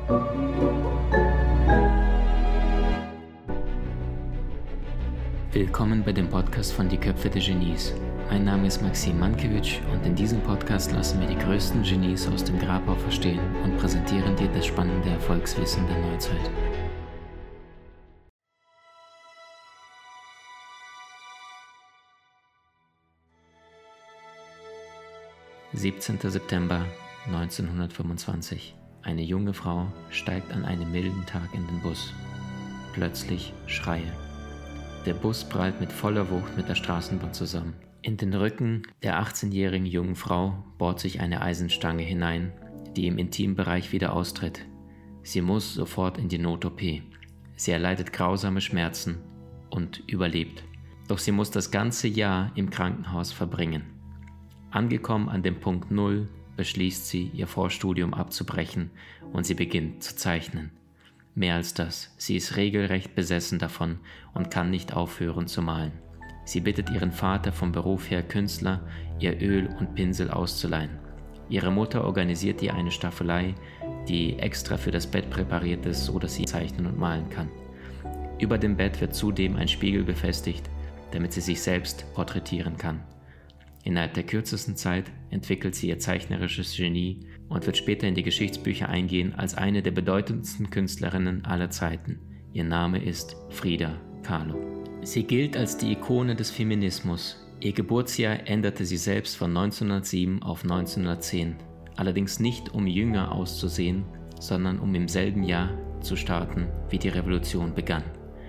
Willkommen bei dem Podcast von Die Köpfe der Genies. Mein Name ist Maxim Mankewitsch und in diesem Podcast lassen wir die größten Genies aus dem Grabau verstehen und präsentieren dir das spannende Erfolgswissen der Neuzeit. »17. September 1925. Eine junge Frau steigt an einem milden Tag in den Bus. Plötzlich Schreie. Der Bus prallt mit voller Wucht mit der Straßenbahn zusammen. In den Rücken der 18-jährigen jungen Frau bohrt sich eine Eisenstange hinein, die im Intimbereich wieder austritt. Sie muss sofort in die Not-OP. Sie erleidet grausame Schmerzen und überlebt. Doch sie muss das ganze Jahr im Krankenhaus verbringen. Angekommen an dem Punkt Null beschließt sie, ihr Vorstudium abzubrechen und sie beginnt zu zeichnen. Mehr als das, sie ist regelrecht besessen davon und kann nicht aufhören zu malen. Sie bittet ihren Vater vom Beruf her Künstler, ihr Öl und Pinsel auszuleihen. Ihre Mutter organisiert ihr eine Staffelei, die extra für das Bett präpariert ist, so dass sie zeichnen und malen kann. Über dem Bett wird zudem ein Spiegel befestigt, damit sie sich selbst porträtieren kann. Innerhalb der kürzesten Zeit entwickelt sie ihr zeichnerisches Genie und wird später in die Geschichtsbücher eingehen als eine der bedeutendsten Künstlerinnen aller Zeiten. Ihr Name ist Frida Kahlo. Sie gilt als die Ikone des Feminismus. Ihr Geburtsjahr änderte sie selbst von 1907 auf 1910. Allerdings nicht, um jünger auszusehen, sondern um im selben Jahr zu starten, wie die Revolution begann.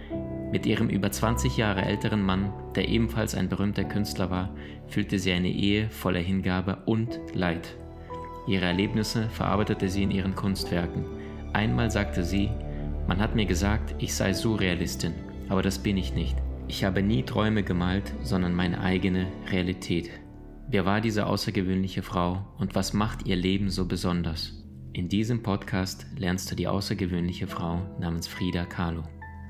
Mit ihrem über 20 Jahre älteren Mann, der ebenfalls ein berühmter Künstler war, führte sie eine Ehe voller Hingabe und Leid. Ihre Erlebnisse verarbeitete sie in ihren Kunstwerken. Einmal sagte sie: „Man hat mir gesagt, ich sei Surrealistin, aber das bin ich nicht. Ich habe nie Träume gemalt, sondern meine eigene Realität." Wer war diese außergewöhnliche Frau und was macht ihr Leben so besonders? In diesem Podcast lernst du die außergewöhnliche Frau namens Frida Kahlo.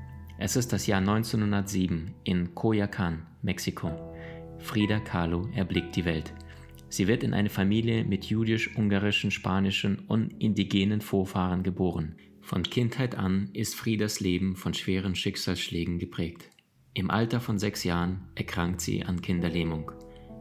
Es ist das Jahr 1907 in Coyoacán, Mexiko. Frida Kahlo erblickt die Welt. Sie wird in eine Familie mit jüdisch-ungarischen, spanischen und indigenen Vorfahren geboren. Von Kindheit an ist Fridas Leben von schweren Schicksalsschlägen geprägt. Im Alter von 6 Jahren erkrankt sie an Kinderlähmung.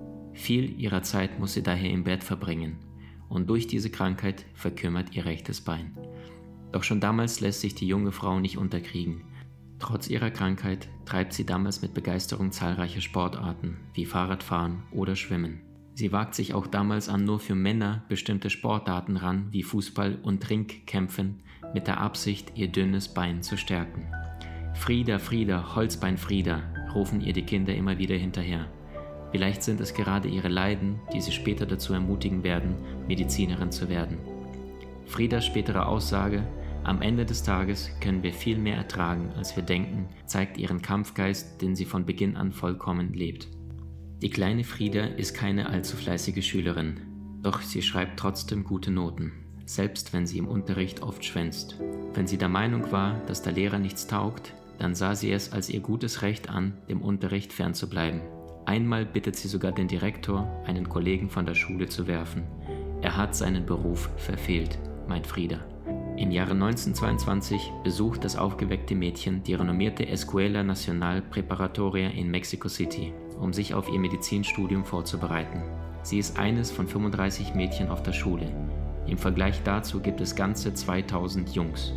Viel ihrer Zeit muss sie daher im Bett verbringen und durch diese Krankheit verkümmert ihr rechtes Bein. Doch schon damals lässt sich die junge Frau nicht unterkriegen. Trotz ihrer Krankheit treibt sie damals mit Begeisterung zahlreiche Sportarten wie Fahrradfahren oder Schwimmen. Sie wagt sich auch damals an nur für Männer bestimmte Sportarten ran wie Fußball und Ringkämpfen mit der Absicht, ihr dünnes Bein zu stärken. „Frida, Frida, Holzbein Frida", rufen ihr die Kinder immer wieder hinterher. Vielleicht sind es gerade ihre Leiden, die sie später dazu ermutigen werden, Medizinerin zu werden. Fridas spätere Aussage: „Am Ende des Tages können wir viel mehr ertragen, als wir denken", zeigt ihren Kampfgeist, den sie von Beginn an vollkommen lebt. Die kleine Frida ist keine allzu fleißige Schülerin, doch sie schreibt trotzdem gute Noten, selbst wenn sie im Unterricht oft schwänzt. Wenn sie der Meinung war, dass der Lehrer nichts taugt, dann sah sie es als ihr gutes Recht an, dem Unterricht fernzubleiben. Einmal bittet sie sogar den Direktor, einen Kollegen von der Schule zu werfen. Er hat seinen Beruf verfehlt, meint Frida. Im Jahre 1922 besucht das aufgeweckte Mädchen die renommierte Escuela Nacional Preparatoria in Mexico City, um sich auf ihr Medizinstudium vorzubereiten. Sie ist eines von 35 Mädchen auf der Schule. Im Vergleich dazu gibt es ganze 2000 Jungs.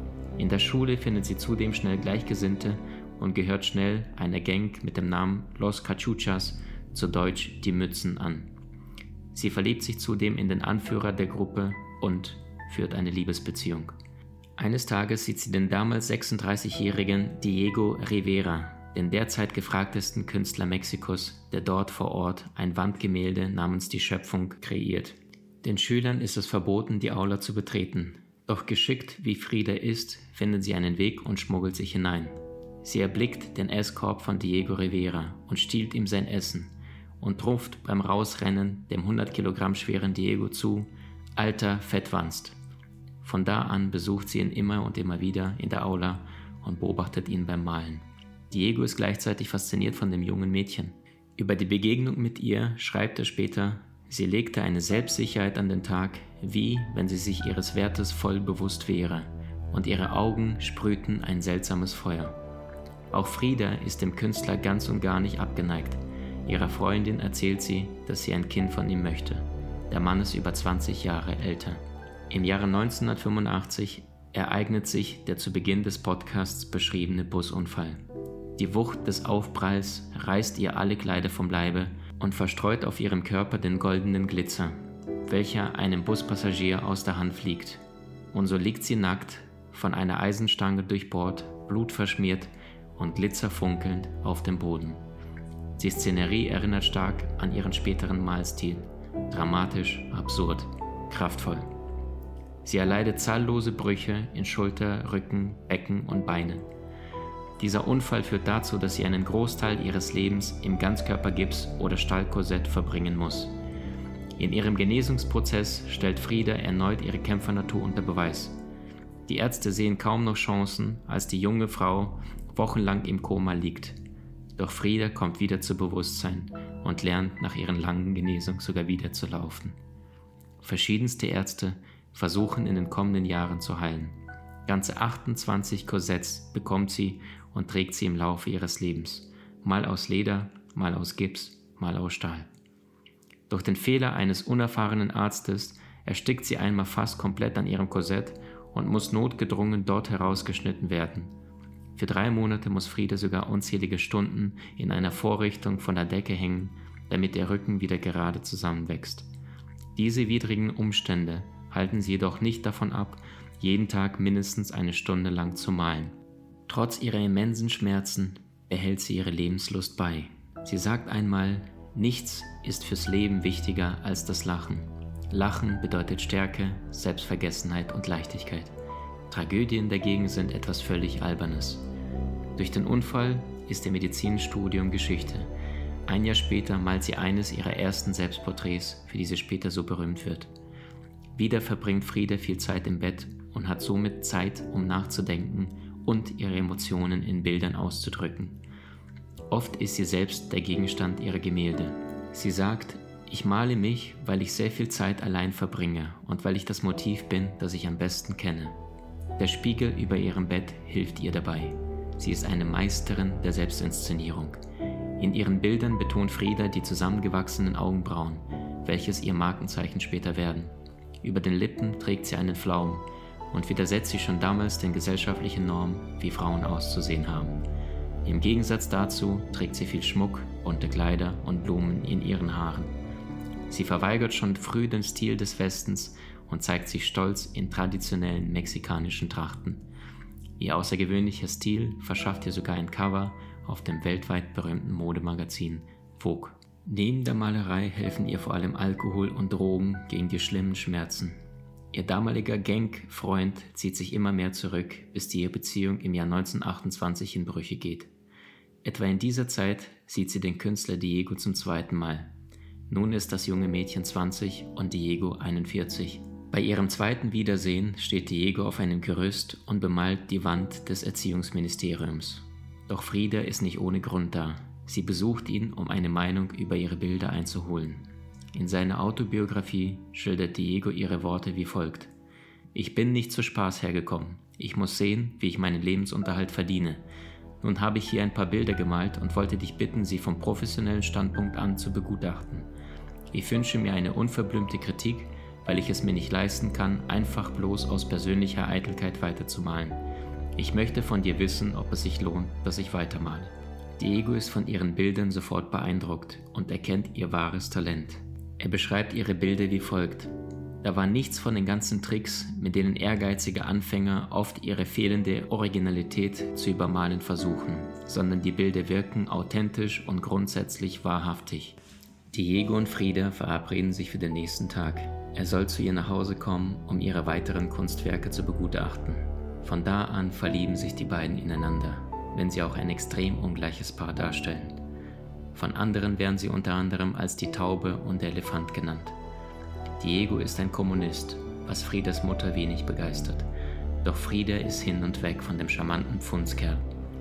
In der Schule findet sie zudem schnell Gleichgesinnte und gehört schnell einer Gang mit dem Namen Los Cachuchas, zu Deutsch die Mützen, an. Sie verliebt sich zudem in den Anführer der Gruppe und führt eine Liebesbeziehung. Eines Tages sieht sie den damals 36-jährigen Diego Rivera, den derzeit gefragtesten Künstler Mexikos, der dort vor Ort ein Wandgemälde namens Die Schöpfung kreiert. Den Schülern ist es verboten, die Aula zu betreten. Doch geschickt wie Frida ist, findet sie einen Weg und schmuggelt sich hinein. Sie erblickt den Esskorb von Diego Rivera und stiehlt ihm sein Essen und ruft beim Rausrennen dem 100 Kilogramm schweren Diego zu: „Alter Fettwanst." Von da an besucht sie ihn immer und immer wieder in der Aula und beobachtet ihn beim Malen. Diego ist gleichzeitig fasziniert von dem jungen Mädchen. Über die Begegnung mit ihr schreibt er später: Sie legte eine Selbstsicherheit an den Tag, wie wenn sie sich ihres Wertes voll bewusst wäre, und ihre Augen sprühten ein seltsames Feuer. Auch Frida ist dem Künstler ganz und gar nicht abgeneigt. Ihrer Freundin erzählt sie, dass sie ein Kind von ihm möchte. Der Mann ist über 20 Jahre älter. Im Jahre 1985 ereignet sich der zu Beginn des Podcasts beschriebene Busunfall. Die Wucht des Aufpralls reißt ihr alle Kleider vom Leibe und verstreut auf ihrem Körper den goldenen Glitzer, welcher einem Buspassagier aus der Hand fliegt. Und so liegt sie nackt, von einer Eisenstange durchbohrt, blutverschmiert und glitzerfunkelnd auf dem Boden. Die Szenerie erinnert stark an ihren späteren Malstil. Dramatisch, absurd, kraftvoll. Sie erleidet zahllose Brüche in Schulter, Rücken, Becken und Beinen. Dieser Unfall führt dazu, dass sie einen Großteil ihres Lebens im Ganzkörpergips oder Stahlkorsett verbringen muss. In ihrem Genesungsprozess stellt Frida erneut ihre Kämpfernatur unter Beweis. Die Ärzte sehen kaum noch Chancen, als die junge Frau wochenlang im Koma liegt. Doch Frida kommt wieder zu Bewusstsein und lernt nach ihrer langen Genesung sogar wieder zu laufen. Verschiedenste Ärzte versuchen in den kommenden Jahren zu heilen. Ganze 28 Korsetts bekommt sie und trägt sie im Laufe ihres Lebens. Mal aus Leder, mal aus Gips, mal aus Stahl. Durch den Fehler eines unerfahrenen Arztes erstickt sie einmal fast komplett an ihrem Korsett und muss notgedrungen dort herausgeschnitten werden. Für 3 Monate muss Frida sogar unzählige Stunden in einer Vorrichtung von der Decke hängen, damit der Rücken wieder gerade zusammenwächst. Diese widrigen Umstände halten sie jedoch nicht davon ab, jeden Tag mindestens eine Stunde lang zu malen. Trotz ihrer immensen Schmerzen behält sie ihre Lebenslust bei. Sie sagt einmal, nichts ist fürs Leben wichtiger als das Lachen. Lachen bedeutet Stärke, Selbstvergessenheit und Leichtigkeit. Tragödien dagegen sind etwas völlig Albernes. Durch den Unfall ist ihr Medizinstudium Geschichte. Ein Jahr später malt sie eines ihrer ersten Selbstporträts, für die sie später so berühmt wird. Wieder verbringt Frida viel Zeit im Bett und hat somit Zeit, um nachzudenken und ihre Emotionen in Bildern auszudrücken. Oft ist sie selbst der Gegenstand ihrer Gemälde. Sie sagt, ich male mich, weil ich sehr viel Zeit allein verbringe und weil ich das Motiv bin, das ich am besten kenne. Der Spiegel über ihrem Bett hilft ihr dabei. Sie ist eine Meisterin der Selbstinszenierung. In ihren Bildern betont Frida die zusammengewachsenen Augenbrauen, welches ihr Markenzeichen später werden. Über den Lippen trägt sie einen Flaum und widersetzt sie schon damals den gesellschaftlichen Normen, wie Frauen auszusehen haben. Im Gegensatz dazu trägt sie viel Schmuck, bunte Kleider und Blumen in ihren Haaren. Sie verweigert schon früh den Stil des Westens und zeigt sich stolz in traditionellen mexikanischen Trachten. Ihr außergewöhnlicher Stil verschafft ihr sogar ein Cover auf dem weltweit berühmten Modemagazin Vogue. Neben der Malerei helfen ihr vor allem Alkohol und Drogen gegen die schlimmen Schmerzen. Ihr damaliger Gang-Freund zieht sich immer mehr zurück, bis die Beziehung im Jahr 1928 in Brüche geht. Etwa in dieser Zeit sieht sie den Künstler Diego zum 2. Mal. Nun ist das junge Mädchen 20 und Diego 41. Bei ihrem zweiten Wiedersehen steht Diego auf einem Gerüst und bemalt die Wand des Erziehungsministeriums. Doch Frida ist nicht ohne Grund da. Sie besucht ihn, um eine Meinung über ihre Bilder einzuholen. In seiner Autobiografie schildert Diego ihre Worte wie folgt: Ich bin nicht zu Spaß hergekommen. Ich muss sehen, wie ich meinen Lebensunterhalt verdiene. Nun habe ich hier ein paar Bilder gemalt und wollte dich bitten, sie vom professionellen Standpunkt an zu begutachten. Ich wünsche mir eine unverblümte Kritik, weil ich es mir nicht leisten kann, einfach bloß aus persönlicher Eitelkeit weiterzumalen. Ich möchte von dir wissen, ob es sich lohnt, dass ich weitermale. Diego ist von ihren Bildern sofort beeindruckt und erkennt ihr wahres Talent. Er beschreibt ihre Bilder wie folgt: Da war nichts von den ganzen Tricks, mit denen ehrgeizige Anfänger oft ihre fehlende Originalität zu übermalen versuchen, sondern die Bilder wirken authentisch und grundsätzlich wahrhaftig. Diego und Frida verabreden sich für den nächsten Tag. Er soll zu ihr nach Hause kommen, um ihre weiteren Kunstwerke zu begutachten. Von da an verlieben sich die beiden ineinander, wenn sie auch ein extrem ungleiches Paar darstellen. Von anderen werden sie unter anderem als die Taube und der Elefant genannt. Diego ist ein Kommunist, was Fridas Mutter wenig begeistert. Doch Frida ist hin und weg von dem charmanten Pfundskerl.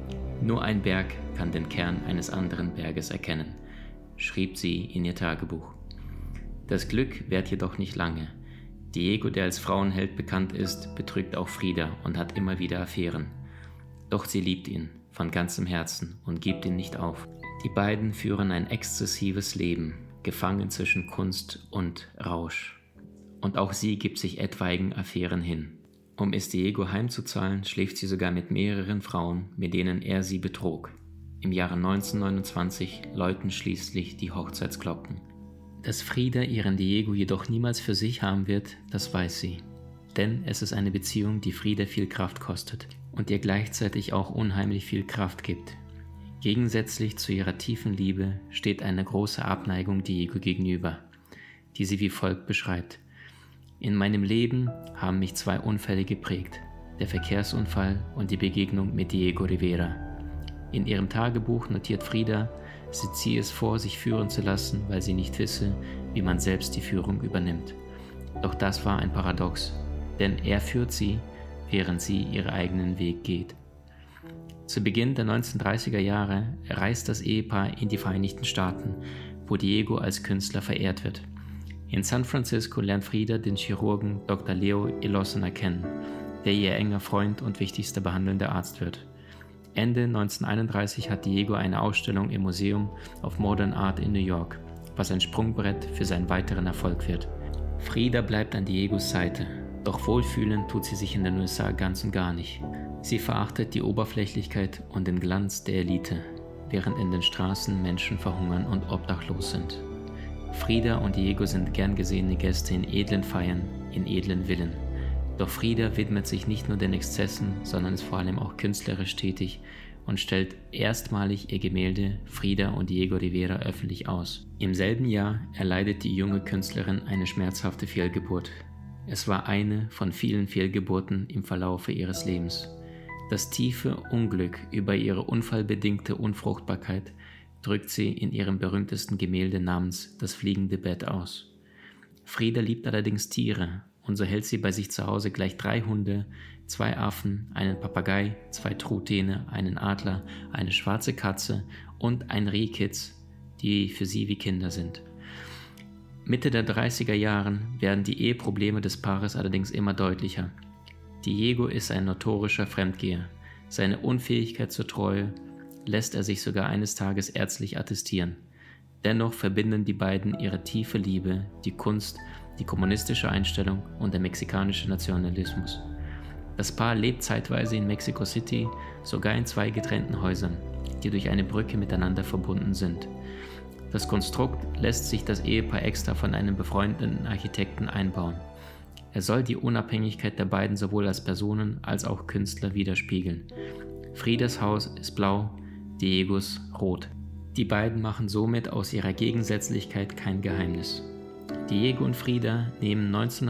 Nur ein Berg kann den Kern eines anderen Berges erkennen, schrieb sie in ihr Tagebuch. Das Glück währt jedoch nicht lange. Diego, der als Frauenheld bekannt ist, betrügt auch Frida und hat immer wieder Affären. Doch sie liebt ihn von ganzem Herzen und gibt ihn nicht auf. Die beiden führen ein exzessives Leben, gefangen zwischen Kunst und Rausch. Und auch sie gibt sich etwaigen Affären hin. Um es Diego heimzuzahlen, schläft sie sogar mit mehreren Frauen, mit denen er sie betrog. Im Jahre 1929 läuten schließlich die Hochzeitsglocken. Dass Frida ihren Diego jedoch niemals für sich haben wird, das weiß sie. Denn es ist eine Beziehung, die Frida viel Kraft kostet und ihr gleichzeitig auch unheimlich viel Kraft gibt. Gegensätzlich zu ihrer tiefen Liebe steht eine große Abneigung Diego gegenüber, die sie wie folgt beschreibt. In meinem Leben haben mich 2 Unfälle geprägt, der Verkehrsunfall und die Begegnung mit Diego Rivera. In ihrem Tagebuch notiert Frida, sie ziehe es vor, sich führen zu lassen, weil sie nicht wisse, wie man selbst die Führung übernimmt. Doch das war ein Paradox, denn er führt sie, während sie ihren eigenen Weg geht. Zu Beginn der 1930er Jahre reist das Ehepaar in die Vereinigten Staaten, wo Diego als Künstler verehrt wird. In San Francisco lernt Frida den Chirurgen Dr. Leo Ilosona kennen, der ihr enger Freund und wichtigster behandelnder Arzt wird. Ende 1931 hat Diego eine Ausstellung im Museum of Modern Art in New York, was ein Sprungbrett für seinen weiteren Erfolg wird. Frida bleibt an Diegos Seite, doch wohlfühlen tut sie sich in den USA ganz und gar nicht. Sie verachtet die Oberflächlichkeit und den Glanz der Elite, während in den Straßen Menschen verhungern und obdachlos sind. Frida und Diego sind gern gesehene Gäste in edlen Feiern, in edlen Villen. Doch Frida widmet sich nicht nur den Exzessen, sondern ist vor allem auch künstlerisch tätig und stellt erstmalig ihr Gemälde Frida und Diego Rivera öffentlich aus. Im selben Jahr erleidet die junge Künstlerin eine schmerzhafte Fehlgeburt. Es war eine von vielen Fehlgeburten im Verlaufe ihres Lebens. Das tiefe Unglück über ihre unfallbedingte Unfruchtbarkeit drückt sie in ihrem berühmtesten Gemälde namens Das fliegende Bett aus. Frida liebt allerdings Tiere und so hält sie bei sich zu Hause gleich 3 Hunde, 2 Affen, einen Papagei, 2 Truthähne, einen Adler, eine schwarze Katze und ein Rehkitz, die für sie wie Kinder sind. Mitte der 30er Jahren werden die Eheprobleme des Paares allerdings immer deutlicher. Diego ist ein notorischer Fremdgeher. Seine Unfähigkeit zur Treue lässt er sich sogar eines Tages ärztlich attestieren. Dennoch verbinden die beiden ihre tiefe Liebe, die Kunst, die kommunistische Einstellung und der mexikanische Nationalismus. Das Paar lebt zeitweise in Mexico City, sogar in 2 getrennten Häusern, die durch eine Brücke miteinander verbunden sind. Das Konstrukt lässt sich das Ehepaar extra von einem befreundeten Architekten einbauen. Er soll die Unabhängigkeit der beiden sowohl als Personen als auch Künstler widerspiegeln. Fridas Haus ist blau, Diegos rot. Die beiden machen somit aus ihrer Gegensätzlichkeit kein Geheimnis. Diego und Frida nehmen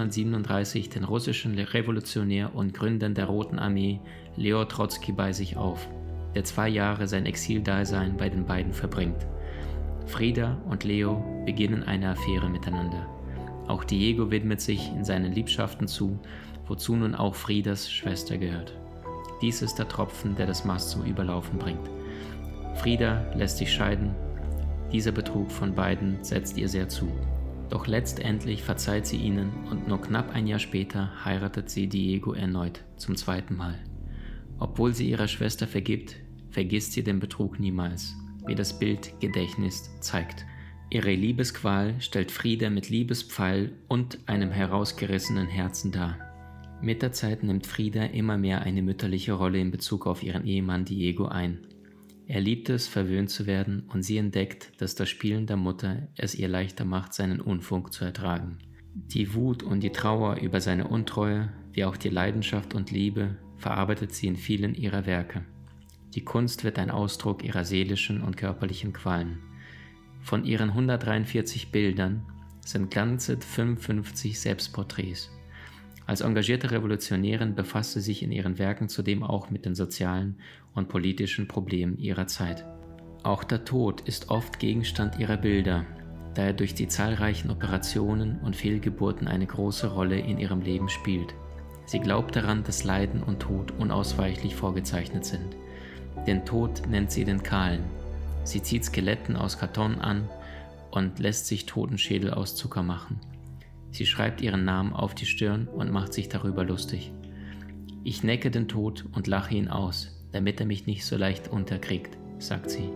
1937 den russischen Revolutionär und Gründer der Roten Armee Leo Trotzki bei sich auf, der 2 Jahre sein Exildasein bei den beiden verbringt. Frida und Leo beginnen eine Affäre miteinander. Auch Diego widmet sich in seinen Liebschaften zu, wozu nun auch Fridas Schwester gehört. Dies ist der Tropfen, der das Maß zum Überlaufen bringt. Frida lässt sich scheiden. Dieser Betrug von beiden setzt ihr sehr zu. Doch letztendlich verzeiht sie ihnen und nur knapp ein Jahr später heiratet sie Diego erneut, zum 2. Mal. Obwohl sie ihrer Schwester vergibt, vergisst sie den Betrug niemals, wie das Bild Gedächtnis zeigt. Ihre Liebesqual stellt Frida mit Liebespfeil und einem herausgerissenen Herzen dar. Mit der Zeit nimmt Frida immer mehr eine mütterliche Rolle in Bezug auf ihren Ehemann Diego ein. Er liebt es, verwöhnt zu werden, und sie entdeckt, dass das Spielen der Mutter es ihr leichter macht, seinen Unfug zu ertragen. Die Wut und die Trauer über seine Untreue, wie auch die Leidenschaft und Liebe, verarbeitet sie in vielen ihrer Werke. Die Kunst wird ein Ausdruck ihrer seelischen und körperlichen Qualen. Von ihren 143 Bildern sind ganze 55 Selbstporträts. Als engagierte Revolutionärin befasst sie sich in ihren Werken zudem auch mit den sozialen und politischen Problemen ihrer Zeit. Auch der Tod ist oft Gegenstand ihrer Bilder, da er durch die zahlreichen Operationen und Fehlgeburten eine große Rolle in ihrem Leben spielt. Sie glaubt daran, dass Leiden und Tod unausweichlich vorgezeichnet sind. Den Tod nennt sie den Kahlen. Sie zieht Skeletten aus Karton an und lässt sich Totenschädel aus Zucker machen. Sie schreibt ihren Namen auf die Stirn und macht sich darüber lustig. Ich necke den Tod und lache ihn aus, damit er mich nicht so leicht unterkriegt, sagt sie.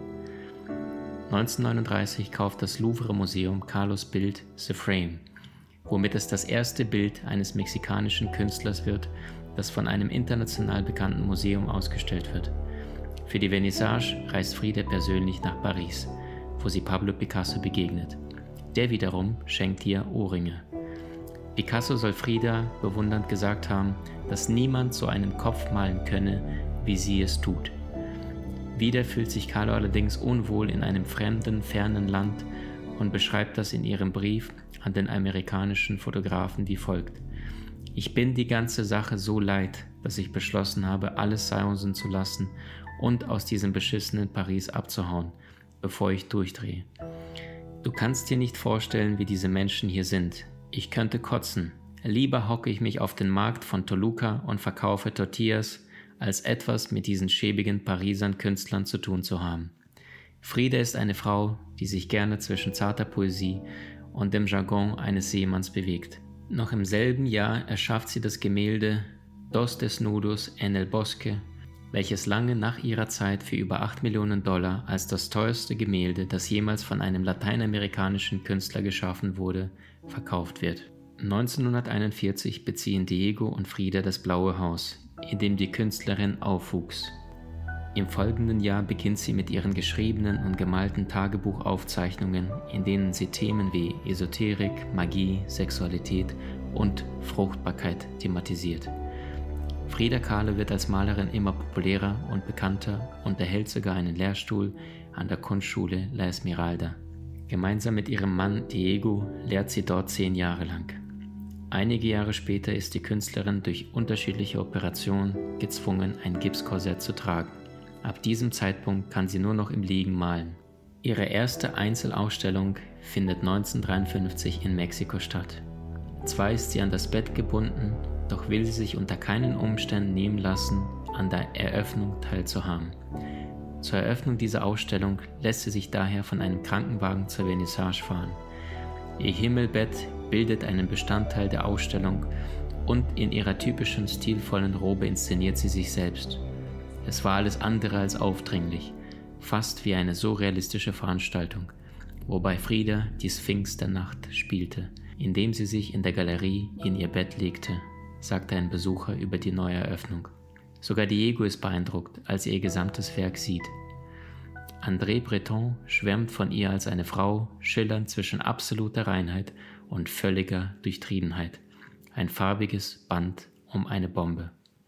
1939 kauft das Louvre-Museum Kahlos Bild The Frame, womit es das erste Bild eines mexikanischen Künstlers wird, das von einem international bekannten Museum ausgestellt wird. Für die Vernissage reist Frida persönlich nach Paris, wo sie Pablo Picasso begegnet. Der wiederum schenkt ihr Ohrringe. Picasso soll Frida bewundernd gesagt haben, dass niemand so einen Kopf malen könne, wie sie es tut. Wieder fühlt sich Kahlo allerdings unwohl in einem fremden, fernen Land und beschreibt das in ihrem Brief an den amerikanischen Fotografen wie folgt: Ich bin die ganze Sache so leid, dass ich beschlossen habe, alles sausen zu lassen und aus diesem beschissenen Paris abzuhauen, bevor ich durchdrehe. Du kannst dir nicht vorstellen, wie diese Menschen hier sind. Ich könnte kotzen. Lieber hocke ich mich auf den Markt von Toluca und verkaufe Tortillas, als etwas mit diesen schäbigen Parisern Künstlern zu tun zu haben. Frida ist eine Frau, die sich gerne zwischen zarter Poesie und dem Jargon eines Seemanns bewegt. Noch im selben Jahr erschafft sie das Gemälde Dos Desnudos en el Bosque, welches lange nach ihrer Zeit für über $8 Millionen als das teuerste Gemälde, das jemals von einem lateinamerikanischen Künstler geschaffen wurde, verkauft wird. 1941 beziehen Diego und Frida das Blaue Haus, in dem die Künstlerin aufwuchs. Im folgenden Jahr beginnt sie mit ihren geschriebenen und gemalten Tagebuchaufzeichnungen, in denen sie Themen wie Esoterik, Magie, Sexualität und Fruchtbarkeit thematisiert. Frida Kahlo wird als Malerin immer populärer und bekannter und erhält sogar einen Lehrstuhl an der Kunstschule La Esmeralda. Gemeinsam mit ihrem Mann Diego lehrt sie dort 10 Jahre lang. Einige Jahre später ist die Künstlerin durch unterschiedliche Operationen gezwungen, ein Gipskorsett zu tragen. Ab diesem Zeitpunkt kann sie nur noch im Liegen malen. Ihre erste Einzelausstellung findet 1953 in Mexiko statt. Zwar ist sie an das Bett gebunden, doch will sie sich unter keinen Umständen nehmen lassen, an der Eröffnung teilzuhaben. Zur Eröffnung dieser Ausstellung lässt sie sich daher von einem Krankenwagen zur Vernissage fahren. Ihr Himmelbett bildet einen Bestandteil der Ausstellung und in ihrer typischen stilvollen Robe inszeniert sie sich selbst. Es war alles andere als aufdringlich, fast wie eine surrealistische Veranstaltung, wobei Frida die Sphinx der Nacht spielte, indem sie sich in der Galerie in ihr Bett legte, sagte ein Besucher über die neue Eröffnung. Sogar Diego ist beeindruckt, als er ihr gesamtes Werk sieht. André Breton schwärmt von ihr als eine Frau, schillernd zwischen absoluter Reinheit und völliger Durchtriebenheit. Ein farbiges Band um eine Bombe.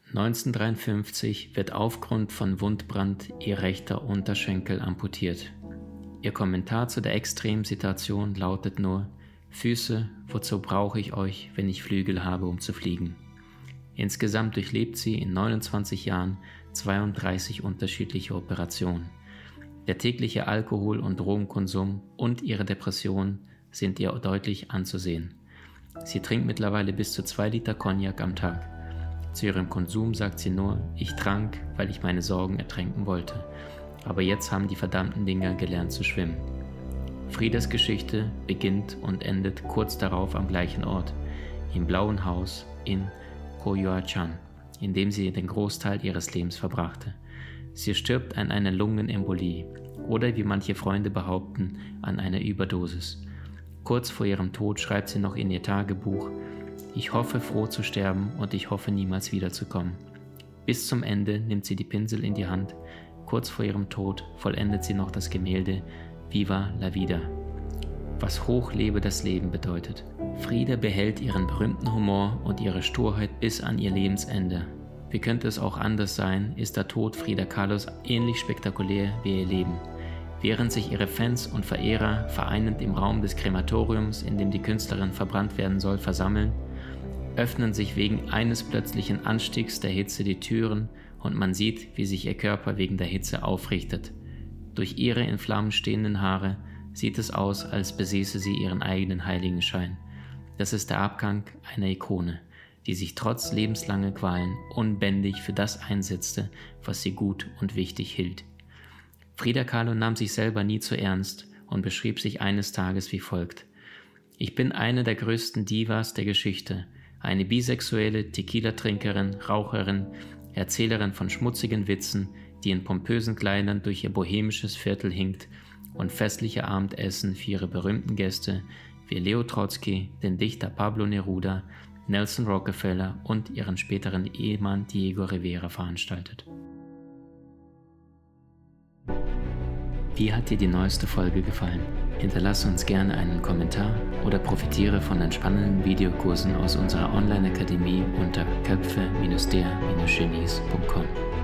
1953 wird aufgrund von Wundbrand ihr rechter Unterschenkel amputiert. Ihr Kommentar zu der Extremsituation lautet nur: Füße, wozu brauche ich euch, wenn ich Flügel habe, um zu fliegen? Insgesamt durchlebt sie in 29 Jahren 32 unterschiedliche Operationen. Der tägliche Alkohol- und Drogenkonsum und ihre Depressionen sind ihr deutlich anzusehen. Sie trinkt mittlerweile bis zu 2 Liter Cognac am Tag. Zu ihrem Konsum sagt sie nur: Ich trank, weil ich meine Sorgen ertränken wollte. Aber jetzt haben die verdammten Dinger gelernt zu schwimmen. Fridas Geschichte beginnt und endet kurz darauf am gleichen Ort, im Blauen Haus in Coyoacán, in dem sie den Großteil ihres Lebens verbrachte. Sie stirbt an einer Lungenembolie oder, wie manche Freunde behaupten, an einer Überdosis. Kurz vor ihrem Tod schreibt sie noch in ihr Tagebuch: Ich hoffe, froh zu sterben und ich hoffe, niemals wiederzukommen. Bis zum Ende nimmt sie die Pinsel in die Hand. Kurz vor ihrem Tod vollendet sie noch das Gemälde Viva la Vida, was Hoch lebe das Leben bedeutet. Frida behält ihren berühmten Humor und ihre Sturheit bis an ihr Lebensende. Wie könnte es auch anders sein, ist der Tod Frida Kahlos ähnlich spektakulär wie ihr Leben. Während sich ihre Fans und Verehrer vereinend im Raum des Krematoriums, in dem die Künstlerin verbrannt werden soll, versammeln, öffnen sich wegen eines plötzlichen Anstiegs der Hitze die Türen und man sieht, wie sich ihr Körper wegen der Hitze aufrichtet. Durch ihre in Flammen stehenden Haare sieht es aus, als besäße sie ihren eigenen Heiligenschein. Das ist der Abgang einer Ikone, die sich trotz lebenslanger Qualen unbändig für das einsetzte, was sie gut und wichtig hielt. Frida Kahlo nahm sich selber nie zu ernst und beschrieb sich eines Tages wie folgt: Ich bin eine der größten Divas der Geschichte, eine bisexuelle Tequila-Trinkerin, Raucherin, Erzählerin von schmutzigen Witzen, die in pompösen Kleidern durch ihr bohemisches Viertel hinkt und festliche Abendessen für ihre berühmten Gäste wie Leo Trotsky, den Dichter Pablo Neruda, Nelson Rockefeller und ihren späteren Ehemann Diego Rivera veranstaltet. Wie hat dir die neueste Folge gefallen? Hinterlasse uns gerne einen Kommentar oder profitiere von den spannenden Videokursen aus unserer Online-Akademie unter köpfe-der-genies.com.